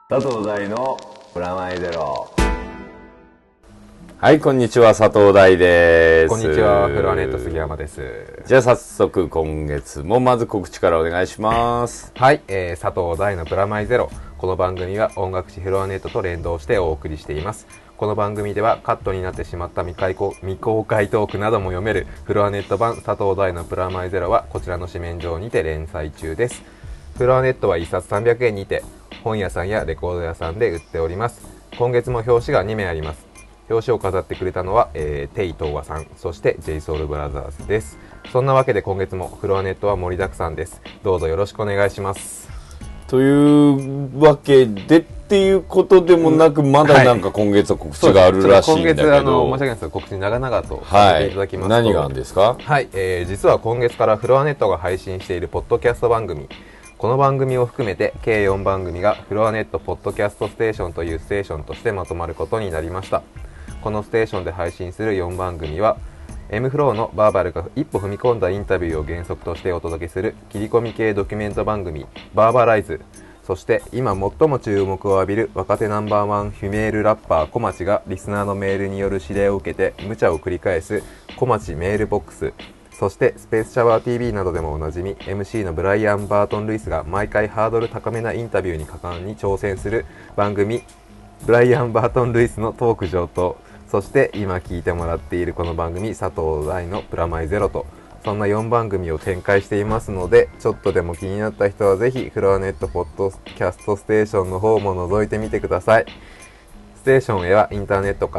佐藤大のプラマイゼロ。 はい、こんにちは、佐藤大です。 こんにちは、フロアネット杉山です。 じゃあ早速今月もまず告知からお願いします。 はい、佐藤大のプラマイゼロ。この番組は音楽誌フロアネットと連動してお送りしています。この番組ではカットになってしまった未公開トークなども読めるフロアネット版佐藤大のプラマイゼロはこちらの紙面上にて連載中です。フロアネットは1冊300円にて本屋さんやレコード屋さんで売っております。今月も表紙が2名あります。表紙を飾ってくれたのは、テイ東和さん、そして JSOULBROTHERS です。そんなわけで今月もフロアネットは盛りだくさんです。どうぞよろしくお願いします。 というわけでっていうことでもなく、まだなんか今月は告知があるらしいんだけど、 今月申し訳ないですが告知長々とさせていただきますと、 何があるんですか？ はい、実は今月からフロアネットが配信しているポッドキャスト番組、この番組を含めて計4番組がフロアネットポッドキャストステーションというステーションとしてまとまることになりました。このステーションで配信する4番組は M フローのバーバルが一歩踏み込んだインタビューを原則としてお届けする切り込み系ドキュメント番組バーバライズ、そして今最も注目を浴びる若手ナンバーワンフィメールラッパー小町がリスナーのメールによる指令を受けて無茶を繰り返す小町メールボックス、そしてスペースシャワー TV などでもおなじみ MC のブライアン・バートン・ルイスが毎回ハードル高めなインタビューに果敢に挑戦する番組ブライアン・バートン・ルイスのトーク上等、そして今聞いてもらっているこの番組佐藤大のプラマイゼロと、そんな4番組を展開していますので、ちょっとでも気になった人はぜひフロアネットポッドキャストステーションの方も覗いてみてください。ステーションへはインターネットから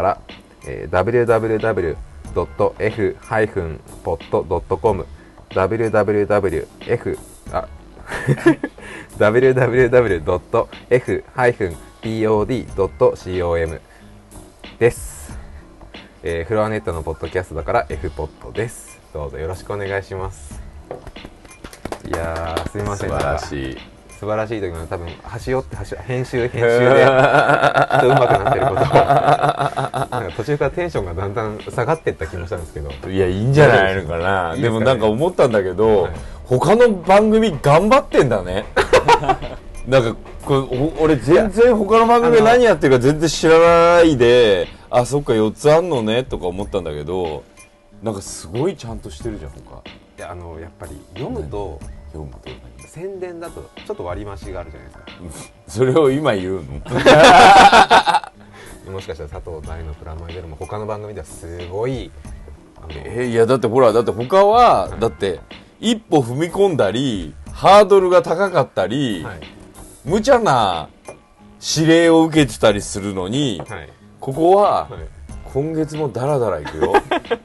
、www.f-pod.com www.f-pod.com です。フロアネットのポッドキャストだから F ポッドです。どうぞよろしくお願いします。いやー、すみません。 素晴らしい。 素晴らしい時の多分端折って編集でちょっと上手くなってることなんか途中からテンションがだんだん下がっていった気もしたんですけど、 いや、いいんじゃないのかな。 いいですかね。 でもなんか思ったんだけど、 はい、 他の番組頑張ってんだね。なんか俺全然他の番組何やってるか全然知らないで、あ、そっか4つあんのねとか思ったんだけど、なんかすごいちゃんとしてるじゃん他。 いや、やっぱり読むと宣伝だとちょっと割り増しがあるじゃないですか。 それを今言うの？ もしかしたら佐藤大のプラマイゼロも他の番組ではすごいいやだってほら、だって他は、だって一歩踏み込んだりハードルが高かったり、はい、無茶な指令を受けてたりするのに、はい、ここは、はい、今月もダラダラいくよ。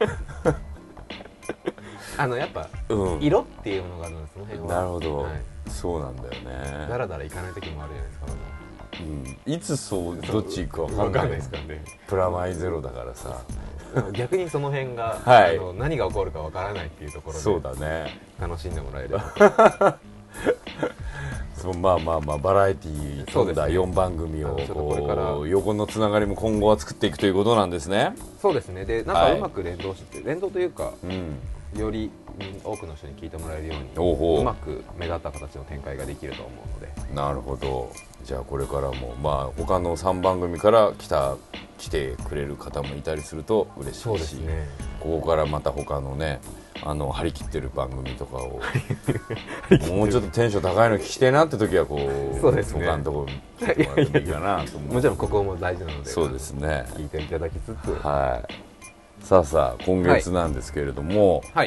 やっぱ、色っていうものがあるんです、その辺は。なるほど、はい、 そうなんだよね。 ダラダラいかない時もあるじゃないですか。 いつどっち行くか分かんないですからね。プラマイゼロだからさ。 逆にその辺が、はい、何が起こるか分からないっていうところで、そうだね、楽しんでもらえれば。 まあバラエティー飛んだ4番組をこれから横のつながりも今後は作っていくということなんですね。 そうですね。で、なんかうまく連動して、連動というか、より多くの人に聞いてもらえるようにうまく目立った形の展開ができると思うので。 なるほど。じゃあこれからも他の3番組から来てくれる方もいたりすると嬉しいし、そうですね、ここからまた他のね張り切ってる番組とかをもうちょっとテンション高いの聞きたいなって時はそうですね、 他のところ聞いてもらってもいいかなと思う。 もちろんここも大事なので、 そうですね、 聞いていただきつつ、 はい。さあ今月なんですけれども、はい、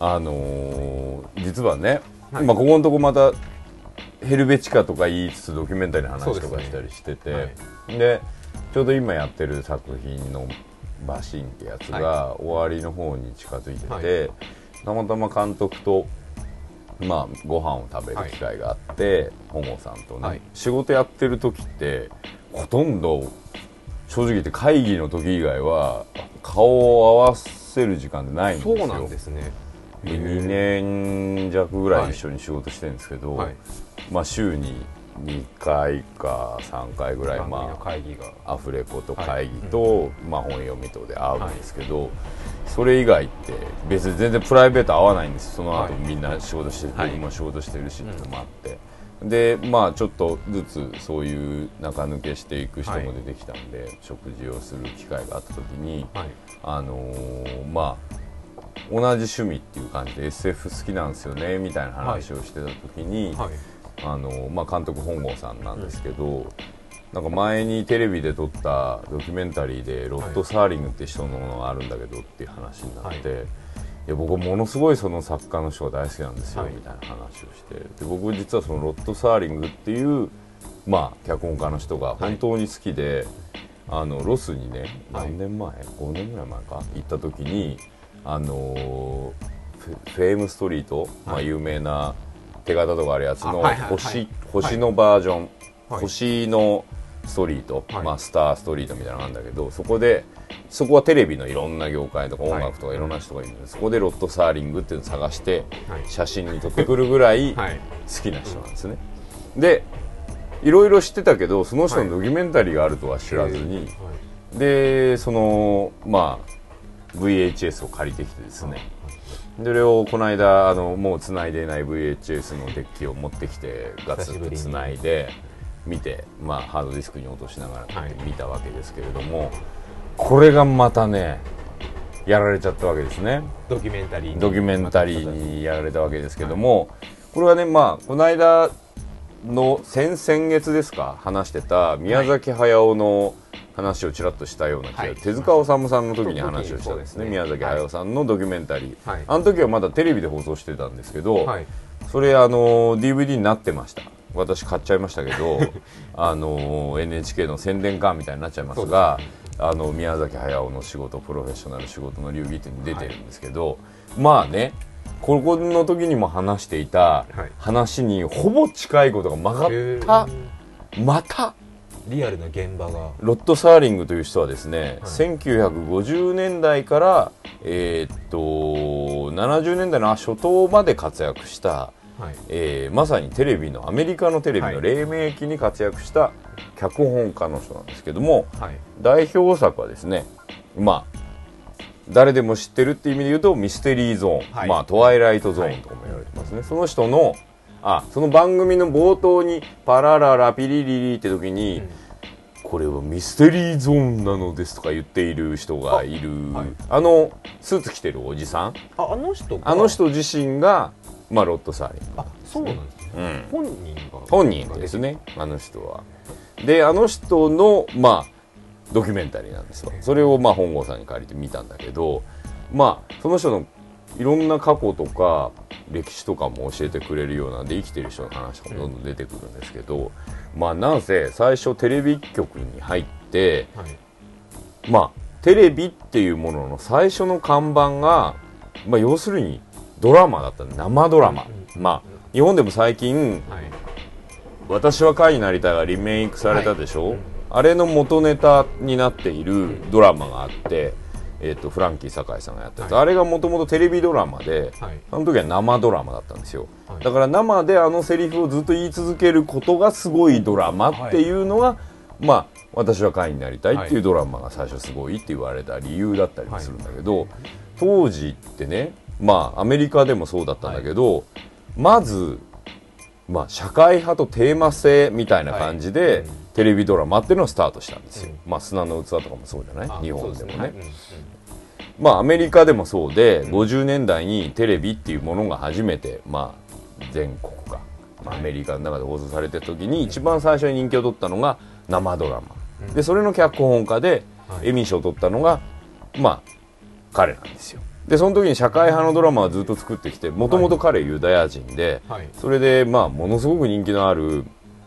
実はね、はい、ここのとこまたヘルベチカとか言いつつドキュメンタリーの話とかしたりしてて、はい、でちょうど今やってる作品のバシンってやつが終わりの方に近づいてて、はい、たまたま監督とご飯を食べる機会があって、本郷さんとね、はい、仕事やってる時ってほとんど正直言って会議の時以外は顔を合わせる時間ってないんですよ。 そうなんですね。 2年弱ぐらい一緒に仕事してるんですけど、はい、週に2回か3回ぐらい、アフレコと会議と、本読みとで会うんですけど、はい、それ以外って別に全然プライベート合わないんです。その後みんな仕事してる、僕も仕事してるしっていうのもあって、 でまあちょっとずつそういう中抜けしていく人も出てきたんで、食事をする機会があった時に、まあ同じ趣味っていう感じで SF 好きなんですよねみたいな話をしてた時に、まあ、監督本郷さんなんですけど、なんか前にテレビで撮ったドキュメンタリーでロッド・サーリングって人のものがあるんだけどっていう話になって、いや僕はものすごいその作家の人が大好きなんですよみたいな話をして、で僕実はそのロッド・サーリングっていうまあ脚本家の人が本当に好きで、ロスにね何年前、5年ぐらい前か行った時にフェームストリート、まあ、有名な手形とかあるやつの星のバージョン、星のストリート、まあ、スターストリートみたいなのがあるんだけど、そこはテレビのいろんな業界とか音楽とかいろんな人がいるので、そこでロッド・サーリングっていうのを探して写真に撮ってくるぐらい好きな人なんですね。でいろいろ知ってたけどその人のドキュメンタリーがあるとは知らずに、でそのまあ VHS を借りてきてですね、それをこの間もう繋いでいない VHS のデッキを持ってきてガツッと繋いで見て、まあ、ハードディスクに落としながら見たわけですけれども、これがまたねやられちゃったわけですね。ドキュメンタリーにやられたわけですけども、これはね、まあこの間の先々月ですか話してた宮崎駿の話をちらっとしたような気が、手塚治虫さんの時に話をしたですね、宮崎駿さんのドキュメンタリー、あの時はまだテレビで放送してたんですけど、それDVD になってました。私買っちゃいましたけどNHK の宣伝館みたいになっちゃいますが、宮崎駿の仕事、プロフェッショナル仕事の流儀っていうのに出てるんですけど、まあねここの時にも話していた話にほぼ近いことがまたリアルな現場が。 ロッド・サーリングという人はですね、1950年代から70年代の初頭まで活躍した、まさにアメリカのテレビの黎明期に活躍した脚本家の人なんですけども、代表作はですね、まあ誰でも知ってるっていう意味で言うとミステリーゾーン、まあトワイライトゾーンとかも言われてますね。その人のその番組の冒頭にパラララピリリリって時に、これはミステリーゾーンなのですとか言っている人がいる、スーツ着てるおじさん、あの人自身が、まあ、ロッド・サーリング。 そうなんですね、 本人ですね、あの人は。であの人のまあドキュメンタリーなんですよ。それをまあ本郷さんに借りて見たんだけど、まあその人のいろんな過去とか歴史とかも教えてくれるようなんで、生きてる人の話とかもどんどん出てくるんですけど、まあなんせ最初テレビ局に入って、まあテレビっていうものの最初の看板が、まあ要するにドラマだったんで、生ドラマ、まあ日本でも最近、私は会になりたいがリメイクされたでしょ、あれの元ネタになっているドラマがあって、フランキー堺さんがやったやつ、あれがもともとテレビドラマで、あの時は生ドラマだったんですよ。だから生であのセリフをずっと言い続けることがすごいドラマっていうのが、まあ私は会になりたいっていうドラマが最初すごいって言われた理由だったりもするんだけど、当時ってね、まあアメリカでもそうだったんだけど、まずまあ社会派とテーマ性みたいな感じで、テレビドラマっていうのをスタートしたんですよ。まあ砂の器とかもそうじゃない、日本でもね。まあアメリカでもそうで、50年代にテレビっていうものが初めて、まあ全国か、まあ、アメリカの中で放送されてた時に一番最初に人気を取ったのが生ドラマで、それの脚本家でエミー賞を取ったのがまあ彼なんですよ。でその時に社会派のドラマはずっと作ってきて、もともと彼ユダヤ人で、それでまあものすごく人気のある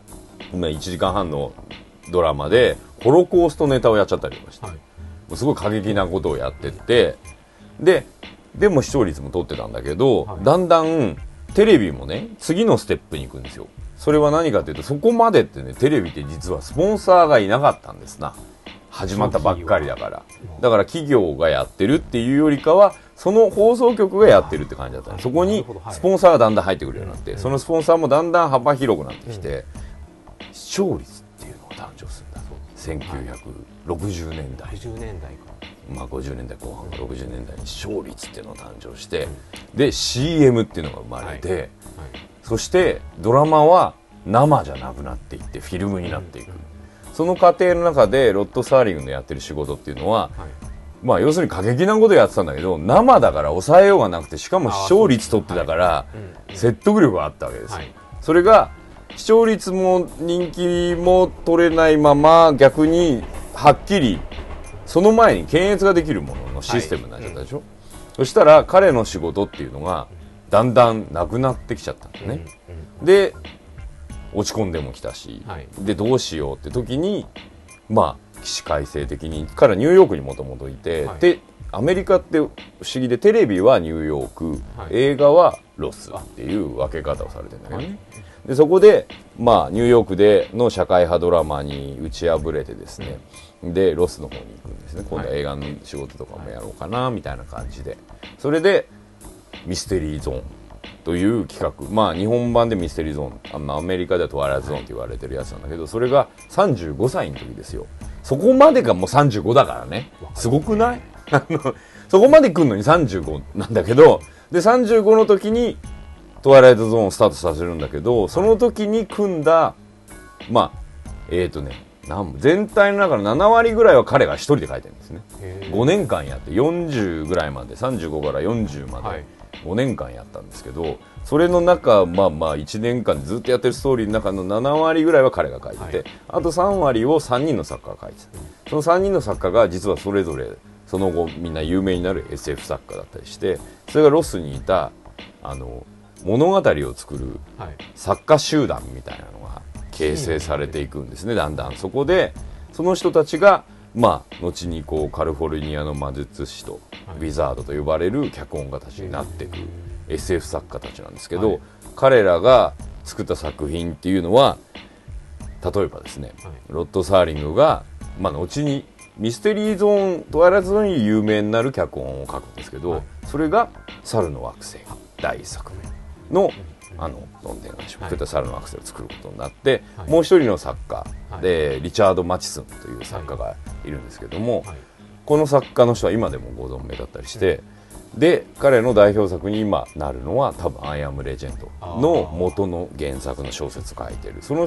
1時間半のドラマでホロコーストネタをやっちゃったりとかして、すごい過激なことをやってって、でも視聴率も取ってたんだけど、だんだんテレビもね次のステップに行くんですよ。それは何かというと、そこまでってね、テレビって実はスポンサーがいなかったんですな。始まったばっかりだから。だから企業がやってるっていうよりかは、その放送局がやってるって感じだった。そこにスポンサーがだんだん入ってくるようになって、そのスポンサーもだんだん幅広くなってきて、視聴率っていうのが誕生するんだ。1960年代。まあ50年代後半から60年代に視聴率っていうのが誕生して、で CM っていうのが生まれて、そしてドラマは生じゃなくなっていってフィルムになっていく、その過程の中でロッド・サーリングのやってる仕事っていうのは、まあ要するに過激なことやってたんだけど、生だから抑えようがなくて、しかも視聴率取ってたから説得力があったわけです、それが視聴率も人気も取れないまま、逆にはっきりその前に検閲ができるもののシステムになっちゃったでしょ、そしたら彼の仕事っていうのがだんだんなくなってきちゃったんですね、で落ち込んでもきたし、でどうしようって時にまあ起死回生的に彼はニューヨークにもともといて、でアメリカって不思議で、テレビはニューヨーク、映画はロスっていう分け方をされてるんだけどね、でそこでまあニューヨークでの社会派ドラマに打ち破れてですね、でロスの方に行くんですね。今度は映画の仕事とかもやろうかなみたいな感じで、それでミステリーゾーンという企画、まあ日本版でミステリーゾーン、アメリカではトワイライトゾーンと言われてるやつなんだけど、それが35歳の時ですよ。そこまでがもう35だからね、すごくない？そこまで来るのに35なんだけど、で35の時にトワイライトゾーンをスタートさせるんだけど、その時に組んだまあ全体の中の7割ぐらいは彼が一人で書いてるんですね。5年間やって40ぐらいまで、35から40まで5年間やったんですけど、それの中まあ1年間ずっとやってるストーリーの中の7割ぐらいは彼が書いてて、あと3割を3人の作家が書いてた。その3人の作家が実はそれぞれその後みんな有名になる SF 作家だったりして、それがロスにいた物語を作る作家集団みたいなのが形成されていくんですね、だんだん。そこでその人たちがまあ後にこうカリフォルニアの魔術師とウィザードと呼ばれる脚本家たちになっていく SF 作家たちなんですけど、彼らが作った作品っていうのは、例えばですね、ロッド・サーリングがまあ後にミステリーゾーン、トワイライトゾーンに有名になる脚本を書くんですけど、それが猿の惑星第1作目のどんでん返しを作った猿の惑星を作ることになって、もう一人の作家でリチャード・マチスンという作家がいるんですけども、この作家の人は今でもご存命だったりして、で彼の代表作に今なるのは多分「アイ・アム・レジェンド」の元の原作の小説を書いてる、その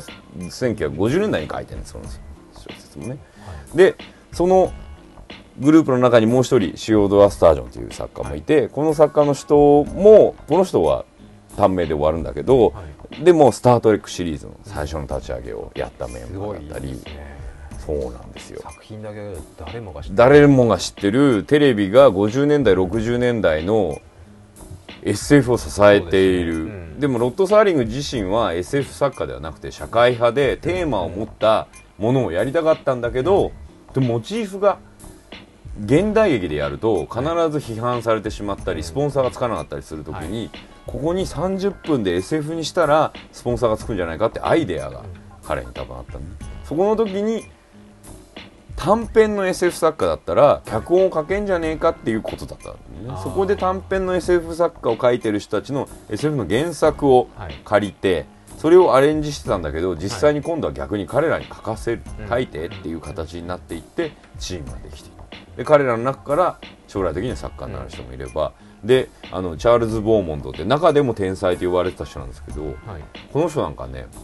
1950年代に書いてるんです、その小説もね。でそのグループの中にもう一人シオドア・スタージョンという作家もいて、この作家の人もこの人は短命で終わるんだけど、でも「スター・トレック」シリーズの最初の立ち上げをやったメンバーだったり、そうなんですよ。 作品だけ誰もが知ってるテレビが50年代60年代の SF を支えている。でもロッド・サーリング自身は SF 作家ではなくて社会派でテーマを持ったものをやりたかったんだけど、でもモチーフが現代劇でやると必ず批判されてしまったり、スポンサーがつかなかったりするときに、ここに30分で SF にしたらスポンサーがつくんじゃないかってアイデアが彼に多分あったんで、そこの時に短編の SF 作家だったら脚本を書けんじゃねえかっていうことだったんですね。そこで短編の SF 作家を書いてる人たちの SF の原作を借りて、それをアレンジしてたんだけど、実際に今度は逆に彼らに書いてっていう形になっていってチームができている。で彼らの中から将来的には作家になる人もいれば、でチャールズ・ボーモンドって中でも天才と呼ばれてた人なんですけど、この人なんかね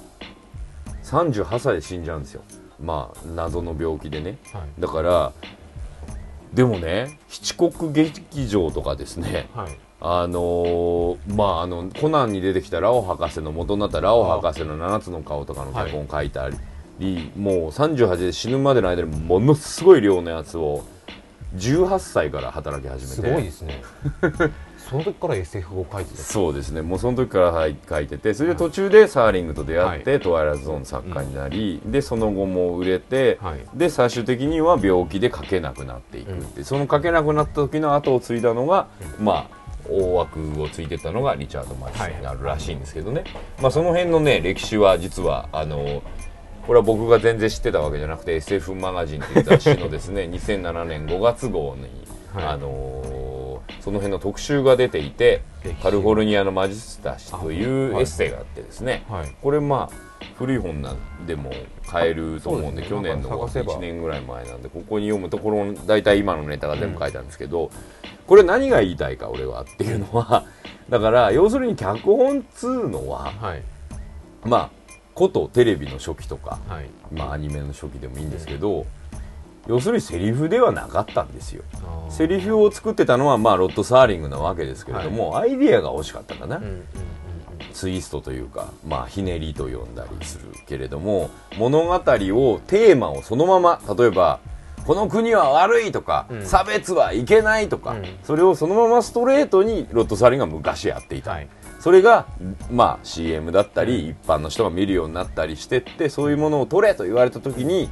38歳で死んじゃうんですよ。まあ謎の病気でね、だからでもねヒチコック劇場とかですね、コナンに出てきたラオ博士の元になったラオ博士の7つの顔とかの脚本を書いたり、もう38で死ぬまでの間にものすごい量のやつを18歳から働き始めて、 すごいですね。その時から SF を書いてた。 そうですね、もうその時から書いてて、それで途中でサーリングと出会って、トワイライトゾーンの作家になり、でその後も売れて、で最終的には病気で書けなくなっていくって、その書けなくなった時の後を継いだのが、まあ大枠をついてたのがリチャード・マチスになるらしいんですけどね、その辺のね歴史は実はこれは僕が全然知ってたわけじゃなくて SF マガジンという雑誌のですね2007年5月号に、その辺の特集が出ていて、カリフォルニアの魔術師というエッセイがあってですね、これまあ古い本なんでも買えると思うんで、去年の1年ぐらい前なんでここに読むところ大体今のネタが全部書いてあるんですけど、これ何が言いたいか俺はっていうのは、だから要するに脚本っつうのは、まあことテレビの初期とか、 はい、 まあアニメの初期でもいいんですけど、要するにセリフではなかったんですよ。セリフを作ってたのはまあロッド・サーリングなわけですけれども、アイディアが欲しかったんだな、ツイストというか、まあ、ひねりと呼んだりするけれども、物語をテーマをそのまま、例えばこの国は悪いとか、差別はいけないとか、それをそのままストレートにロッド・サーリングが昔やっていた、それが、まあ、CM だったり、一般の人が見るようになったりしてって、そういうものを撮れと言われた時に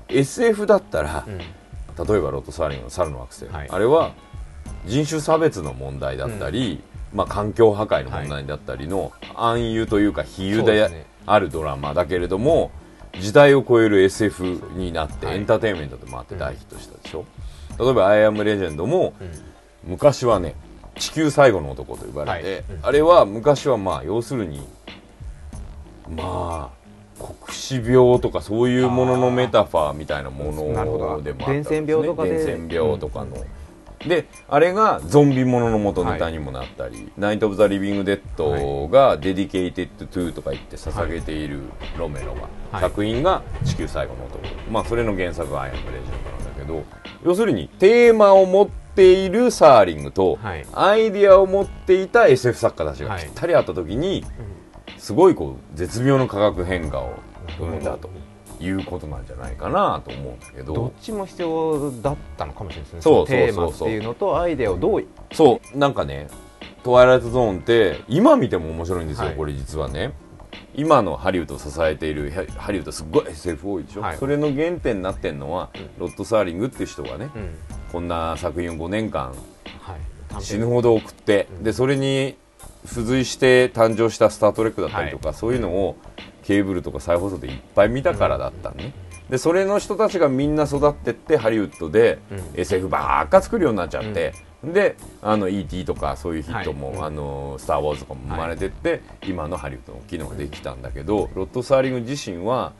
SF だったら、例えばロッド・サーリングの猿の惑星、あれは人種差別の問題だったり、まあ、環境破壊の問題だったりの暗喩というか比喩であるドラマだけれども、時代を超える SF になってエンターテインメントでもあって大ヒットしたでしょ。例えば「アイ・アム・レジェンド」も昔はね地球最後の男と呼ばれて、あれは昔はまあ要するにまあ黒死病とかそういうもののメタファーみたいなものでもあったんですね。 伝染病とかで伝染病とかの、であれがゾンビものの元ネタにもなったり、ナイト・オブ・ザ・リビング・デッドがデディケイテッド・トゥとか言って捧げているロメロが、作品が地球最後の男、まあそれの原作がアイアム・レジェンドなんだけど、要するにテーマを持っているサーリングと、アイディアを持っていた SF 作家たちがぴったりあった時に、すごいこう絶妙の化学変化を生んだということなんじゃないかなと思うんだけど、 どっちも必要だったのかもしれないですね。 そうテーマっていうのとアイデアをどう、 そうなんかね、トワイライトゾーンって今見ても面白いんですよ、これ実はね。今のハリウッドを支えているハリウッドすっごい SF 多いでしょ、それの原点になってるのは、ロッド・サーリングっていう人がね、こんな作品を5年間死ぬほど送って、でそれに付随して誕生した「スター・トレック」だったりとか、そういうのをケーブルとか再放送でいっぱい見たからだったね。でそれの人たちがみんな育ってってハリウッドで SF ばっか作るようになっちゃって、でE.T. とかそういうヒットも、スター・ウォーズとかも生まれてって、今のハリウッドの機能ができたんだけど、ロッド・サーリング自身は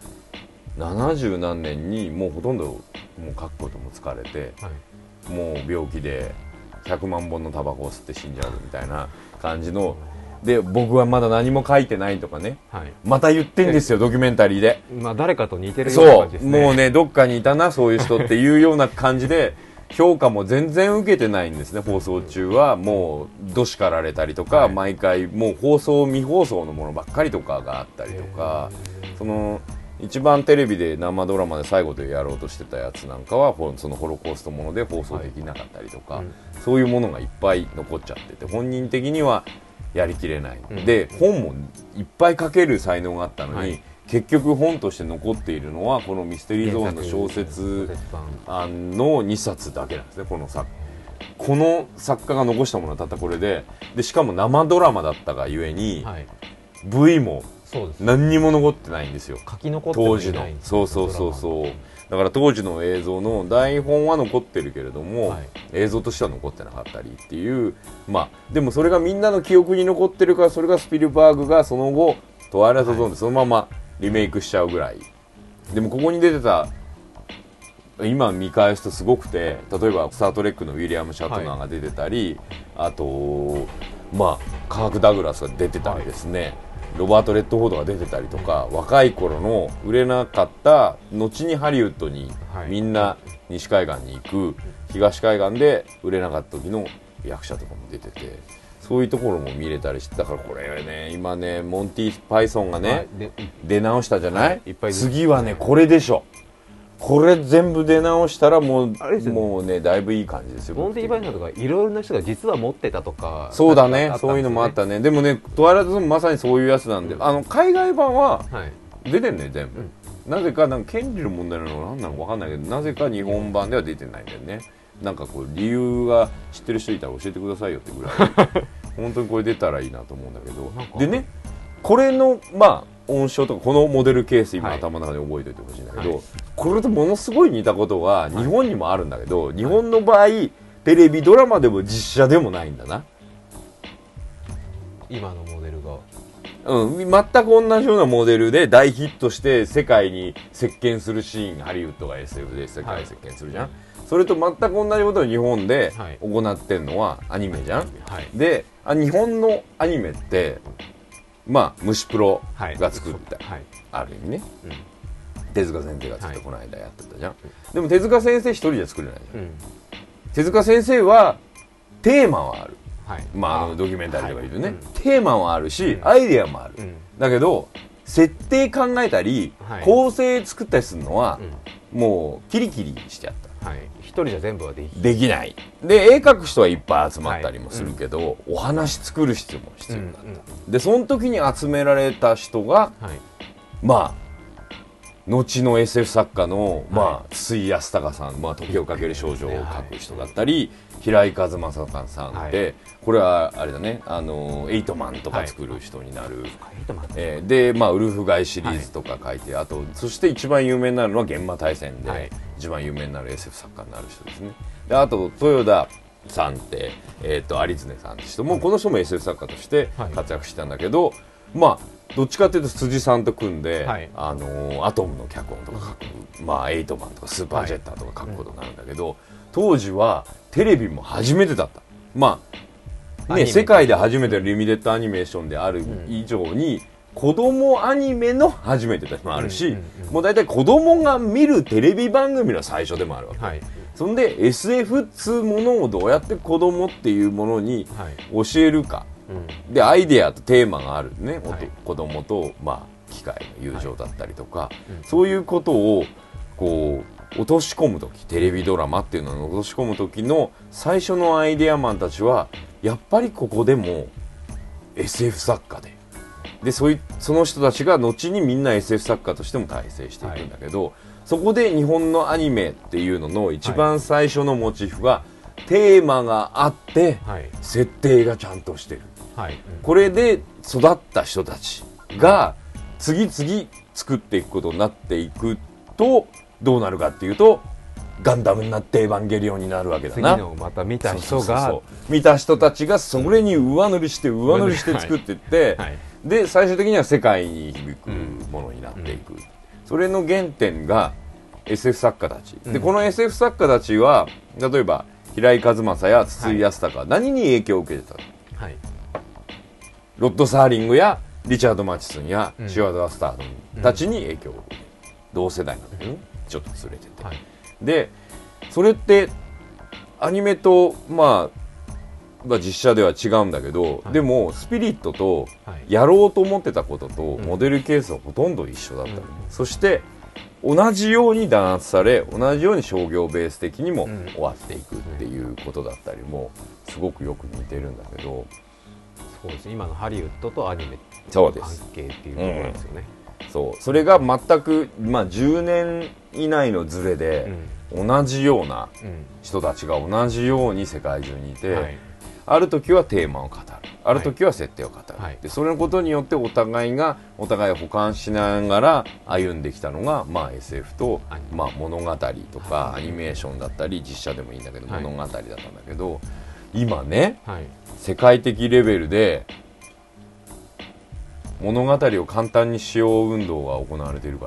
70何年にもうほとんどもう書くことも疲れて、もう病気で100万本のタバコを吸って死んじゃうみたいな感じので、僕はまだ何も書いてないとかね、また言ってんですよ、ドキュメンタリーで。 まあ誰かと似てるような感じですね。 そうもうね、どっかにいたなそういう人っていうような感じで評価も全然受けてないんですね。放送中はもうどしかられたりとか、毎回もう放送未放送のものばっかりとかがあったりとか、その一番テレビで生ドラマで最後でやろうとしてたやつなんかはそのホロコーストもので放送できなかったりとか、そういうものがいっぱい残っちゃってて、本人的にはやりきれない、で本もいっぱい書ける才能があったのに、結局本として残っているのはこのミステリーゾーンの小説の2冊だけなんですね。この作家が残したものはたったこれで、しかも生ドラマだったがゆえに、V も何にも残ってないんですよ、 書き残ってないんですよ、当時の。 そうだから当時の映像の台本は残ってるけれども、映像としては残ってなかったりっていう、まあでもそれがみんなの記憶に残ってるから、それがスピルバーグがその後トワイライトゾーンでそのままリメイクしちゃうぐらい、でもここに出てた今見返すとすごくて、例えば「スター・トレック」のウィリアム・シャトナーが出てたり、あとまあカーク・ダグラスが出てたりですね、ロバート・レッドフォードが出てたりとか、若い頃の売れなかった後にハリウッドにみんな西海岸に行く、東海岸で売れなかった時の役者とかも出てて、そういうところも見れたりして、だからこれね今ねモンティ・パイソンがね、出直したじゃない、次はねこれでしょ。これ全部出直したらもうねだいぶいい感じですよ。 モンティ・パイソンとかいろいろな人が実は持ってたとか、 そうだね、そういうのもあったね。でもねトワイライトゾーンまさにそういうやつなんで、海外版は出てんね全部、なぜかなんか権利の問題なのか何なのか分かんないけど、なぜか日本版では出てないんだよね。なんかこう理由が知ってる人いたら教えてくださいよってぐらい本当にこれ出たらいいなと思うんだけど、でねこれのまあ音章とかこのモデルケース今頭の中で覚えておいてほしいんだけど、これとものすごい似たことが日本にもあるんだけど、日本の場合テレビドラマでも実写でもないんだな、 今のモデルが。 全く同じようなモデルで大ヒットして世界に席巻するシーン、ハリウッドが SF で世界に席巻するじゃん、それと全く同じことを日本で行ってるのはアニメじゃん、で日本のアニメってまあ虫プロが作った、 はい、 ある意味ね、 うん、 手塚先生が作ってこの間やってたじゃん、 はい、 でも手塚先生一人じゃ作れないじゃん、 うん、 手塚先生はテーマはある、 はい、 まあ、ドキュメンタリーとか言うとね、 はい、 テーマはあるし、 うん、 アイデアもある、 うん、 だけど設定考えたり、 はい、 構成作ったりするのは、 うん、 もうキリキリしちゃった、 はい、一人じゃ全部はできないで絵描く人はいっぱい集まったりもするけど、はい、お話作る必要も必要だった、うんうん、でその時に集められた人が、はい、まあ後の SF 作家の、まあ、筒井康隆さん、まあ、時をかける少女を描く人だったり、平井和正さんで、これはあれだね、エイトマンとか作る人になる、で、まあ、ウルフガイシリーズとか書いて、あとそして一番有名になるのは現場大戦で、一番有名になる SF 作家になる人ですね。であと豊田さんって、有常さんって人も、この人も SF 作家として活躍したんだけど、まあどっちかというと辻さんと組んで、はい、アトムの脚本とか書く、まあ、エイトマンとかスーパージェッターとか書くことになるんだけど、はい、当時はテレビも初めてだった。まあね、世界で初めてリミテッドアニメーションである以上に、子供アニメの初めてでもあるし、もう大体子供が見るテレビ番組の最初でもあるわけ、はい、そんで SF っつうものをどうやって子供っていうものに教えるか、でアイデアとテーマがあるね、はい、子供と、まあ、機械の友情だったりとか、はい、そういうことをこう落とし込む時、テレビドラマっていうのを落とし込む時の最初のアイデアマンたちはやっぱりここでも SF 作家でその人たちが後にみんな SF 作家としても大成していくんだけど、はい、そこで日本のアニメっていうのの一番最初のモチーフは、テーマがあって、はい、設定がちゃんとしてる、はい、これで育った人たちが次々作っていくことになっていくとどうなるかっていうと、ガンダムになってエヴァンゲリオンになるわけだな。 次のまた見た人が見た人たちがそれに上塗りして作っていって、はい、で最終的には世界に響くものになっていく、それの原点が SF 作家たちで、この SF 作家たちは例えば平井和正や筒井康隆、はい、何に影響を受けてたの、はい、ロッド・サーリングやリチャード・マチソンやシュワード・アスタードンたちに影響を受けて、同世代なんだけど、ちょっとずれてて、はい、でそれってアニメと、まあ、実写では違うんだけど、はい、でもスピリットとやろうと思ってたこととモデルケースはほとんど一緒だった、そして同じように弾圧され、同じように商業ベース的にも終わっていくっていうことだったりもすごくよく似てるんだけど、 そうですね、今のハリウッドとアニメの関係っていうところですよね。 それが全く、まあ、10年以内のズレで同じような人たちが同じように世界中にいて、はい、ある時はテーマを語る、ある時は設定を語る、はい、でそれのことによってお互いを補完しながら歩んできたのが、まあ、SF と、まあ、物語とかアニメーションだったり実写でもいいんだけど、物語だったんだけど、今ね、はい、世界的レベルで物語を簡単にしよう運動が行われているから、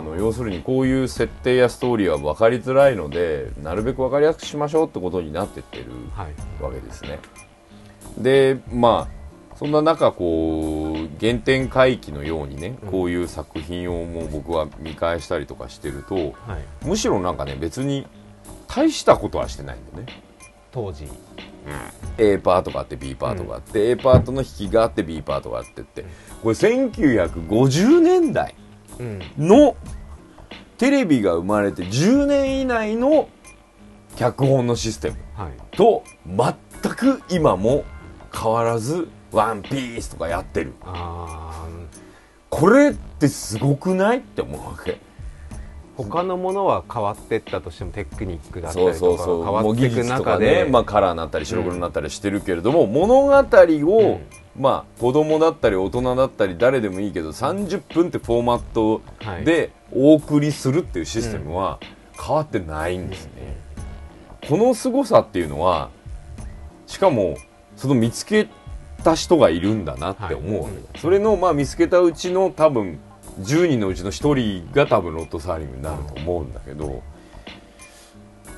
要するにこういう設定やストーリーは分かりづらいので、なるべく分かりやすくしましょうってことになってってるわけですね、はい、でまあそんな中こう原点回帰のようにね、こういう作品をもう僕は見返したりとかしてると、はい、むしろなんかね、別に大したことはしてないんだよね、 当時、 A パートがあって B パートがあって、A パートの引きがあって B パートがあってって、これ1950年代のテレビが生まれて10年以内の脚本のシステムと全く今も変わらずワンピースとかやってる。これってすごくないって思うわけ。 他のものは変わっていったとしてもテクニックだったりとか変わっていく中で、 まあ、カラーになったり白黒になったりしてるけれども、物語を、まあ、子供だったり大人だったり誰でもいいけど30分ってフォーマットでお送りするっていうシステムは変わってないんですね、この凄さっていうのは、しかもその見つけた人がいるんだなって思うわけだ、それの、まあ、見つけたうちの多分10人のうちの1人が多分ロッド・サーリングになると思うんだけど、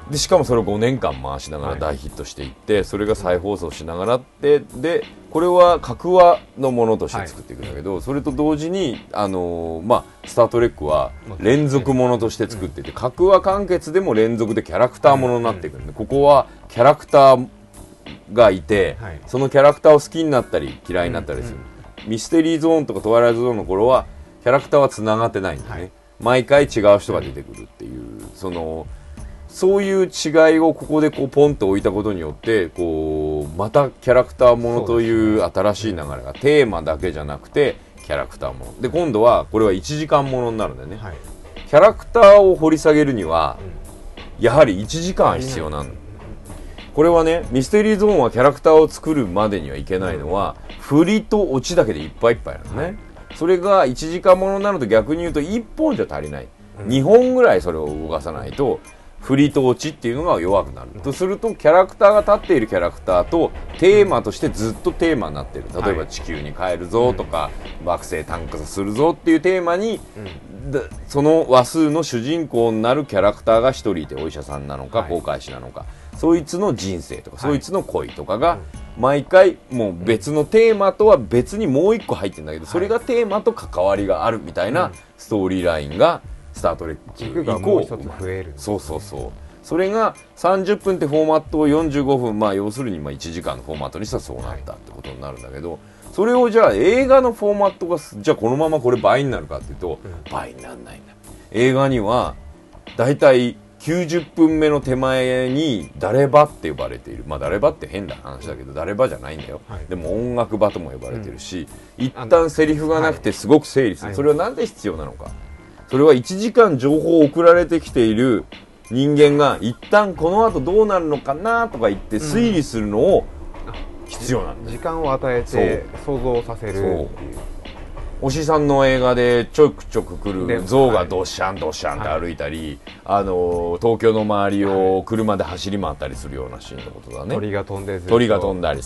でしかもそれを5年間回しながらはい大ヒットしていって、それが再放送しながらってでこれは各話のものとして作っていくんだけど、それと同時にスター・トレックは連続ものとして作っていて、各話完結でも連続でキャラクターものになっていくんで、ここはキャラクターがいて、 はいそのキャラクターを好きになったり嫌いになったりする、ミステリーゾーンとかトワイライトゾーンの頃はキャラクターはつながってないんだよね、 はい毎回違う人が出てくるっていう、そういう違いをここでこうポンと置いたことによってこうまたキャラクターものという新しい流れが、テーマだけじゃなくてキャラクターもので、今度はこれは1時間ものになるんだよね、 はいキャラクターを掘り下げるには、やはり1時間必要なの。これはね、ミステリーゾーンはキャラクターを作るまでにはいけないのは、振りとオチだけでいっぱいいっぱいなのね、それが1時間ものになると逆に言うと1本じゃ足りない、2本ぐらいそれを動かさないと振りとオチっていうのが弱くなる、とするとキャラクターが立っているキャラクターとテーマとしてずっとテーマになっている、例えば地球に帰るぞとか、惑星探査するぞっていうテーマに、その話数の主人公になるキャラクターが一人いて、お医者さんなのか航海士なのか、そいつの人生とか、そいつの恋とかが毎回もう別のテーマとは別にもう一個入ってるんだけど、それがテーマと関わりがあるみたいなストーリーラインがスター・トレック軸がもう一つ増える。 そうそれが30分ってフォーマットを45分、要するに1時間のフォーマットにしたらそうなったってことになるんだけど、それをじゃあ映画のフォーマットがじゃあこのままこれ倍になるかっていうと、倍にならないんだ。映画にはだいたい90分目の手前に誰場って呼ばれている、誰場って変な話だけど誰場じゃないんだよ、でも音楽場とも呼ばれてるし、一旦セリフがなくてすごく整理する、それはなんで必要なのか、それは1時間情報を送られてきている人間が一旦この後どうなるのかなとか言って推理するのを必要なんだよ、 時間を与えて想像させるっていう。 おしさんの映画でちょくちょく来でる象がドッシャンドッシャンって歩いたり、東京の周りを車で走り回ったりするようなシーンのことだね。 鳥が飛んでずっと鳥が飛んだり、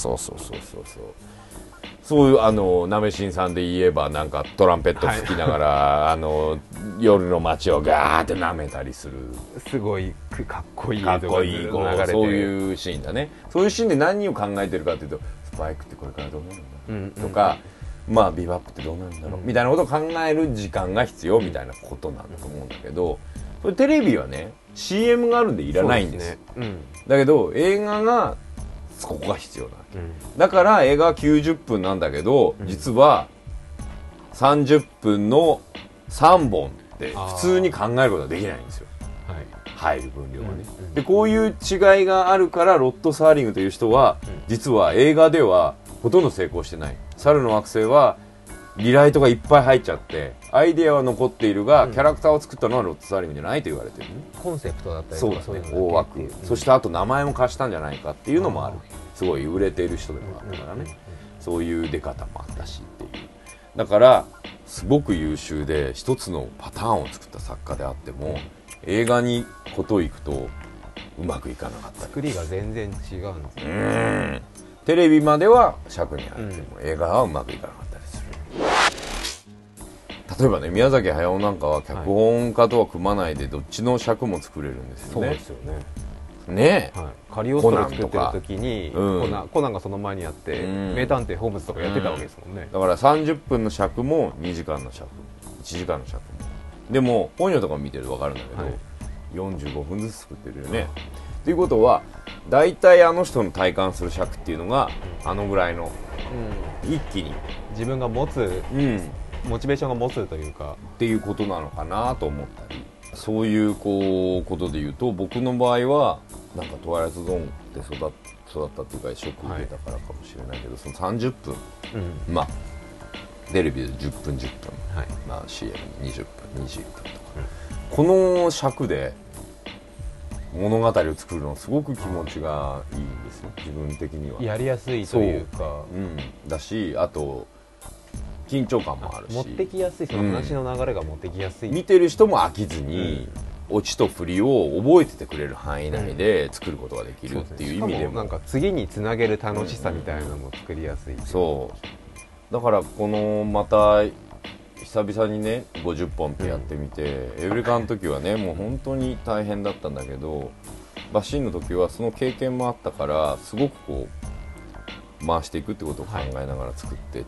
そういうなめしんさんで言えばなんかトランペット吹きながら、夜の街をガーって舐めたりする、 すごいかっこいいかっ映像がこいい流れて、 そういうシーンだね。そういうシーンで何を考えてるかというと、スパイクってこれからどうなるんだろうとか、ビバップってどうなるんだろうみたいなことを考える時間が必要みたいなことなんだと思うんだけど、それテレビはね CM があるんでいらないんですよ。だけど映画がここが必要なわけ、だから映画は90分なんだけど、実は30分の3本って普通に考えることはできないんですよ、入る分量はね、でこういう違いがあるからロッド・サーリングという人は、実は映画ではほとんど成功してない。猿の惑星はリライトがいっぱい入っちゃってアイデアは残っているが、キャラクターを作ったのはロッド・サーリングじゃないと言われてるね。 コンセプトだったりそうだね、大枠、そしてあと名前も貸したんじゃないかっていうのもある。すごい売れている人でもあったからね、そういう出方もあったしっていう。だからすごく優秀で一つのパターンを作った作家であっても、映画にこといくとうまくいかなかったり、 作りが全然違うんですね。 テレビまでは尺に入っても、映画はうまくいかなかったりする。例えばね、宮崎駿なんかは脚本家とは組まないでどっちの尺も作れるんですよね。 そうですよね。 ねえ、 カリオストロ作ってる時にコナンがその前にやって名探偵ホームズとかやってたわけですもんね。 だから30分の尺も2時間の尺、1時間の尺も、でも本屋とか見てると分かるんだけど、45分ずつ作ってるよね。ということは大体あの人の体感する尺っていうのがあのぐらいの、一気に自分が持つ、モチベーションが持つというかっていうことなのかなと思ったり、そういうことで言うと、僕の場合はなんかトワイライトゾーンで育ったっていうかショック受けたからかもしれないけど、その30分、テレビで10分10分、CM20 分20分とか、この尺で物語を作るのすごく気持ちがいいんですよ、自分的には。 やりやすいというか、 だし、あと緊張感もあるし、 持ってきやすい、その話の流れが持ってきやすい、 見てる人も飽きずに、オチと振りを覚えててくれる範囲内で作ることができるっていう意味でも、 なんか次につなげる楽しさみたいなのも作りやすい、 そうだからこのまた久々にね50本ってやってみて、エウレカの時はねもう本当に大変だったんだけど、 バシンの時はその経験もあったからすごくこう回していくってことを考えながら作っていって、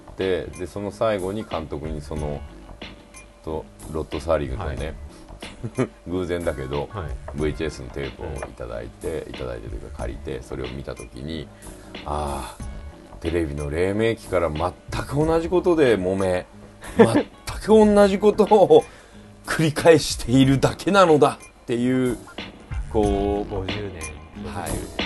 でその最後に監督にそのロッド・サーリングとね、偶然だけど、VHS のテープをいただいてというか借りて、それを見た時に、ああテレビの黎明期から全く同じことで揉め、全く同じことを繰り返しているだけなのだっていう、こう 50年、 はい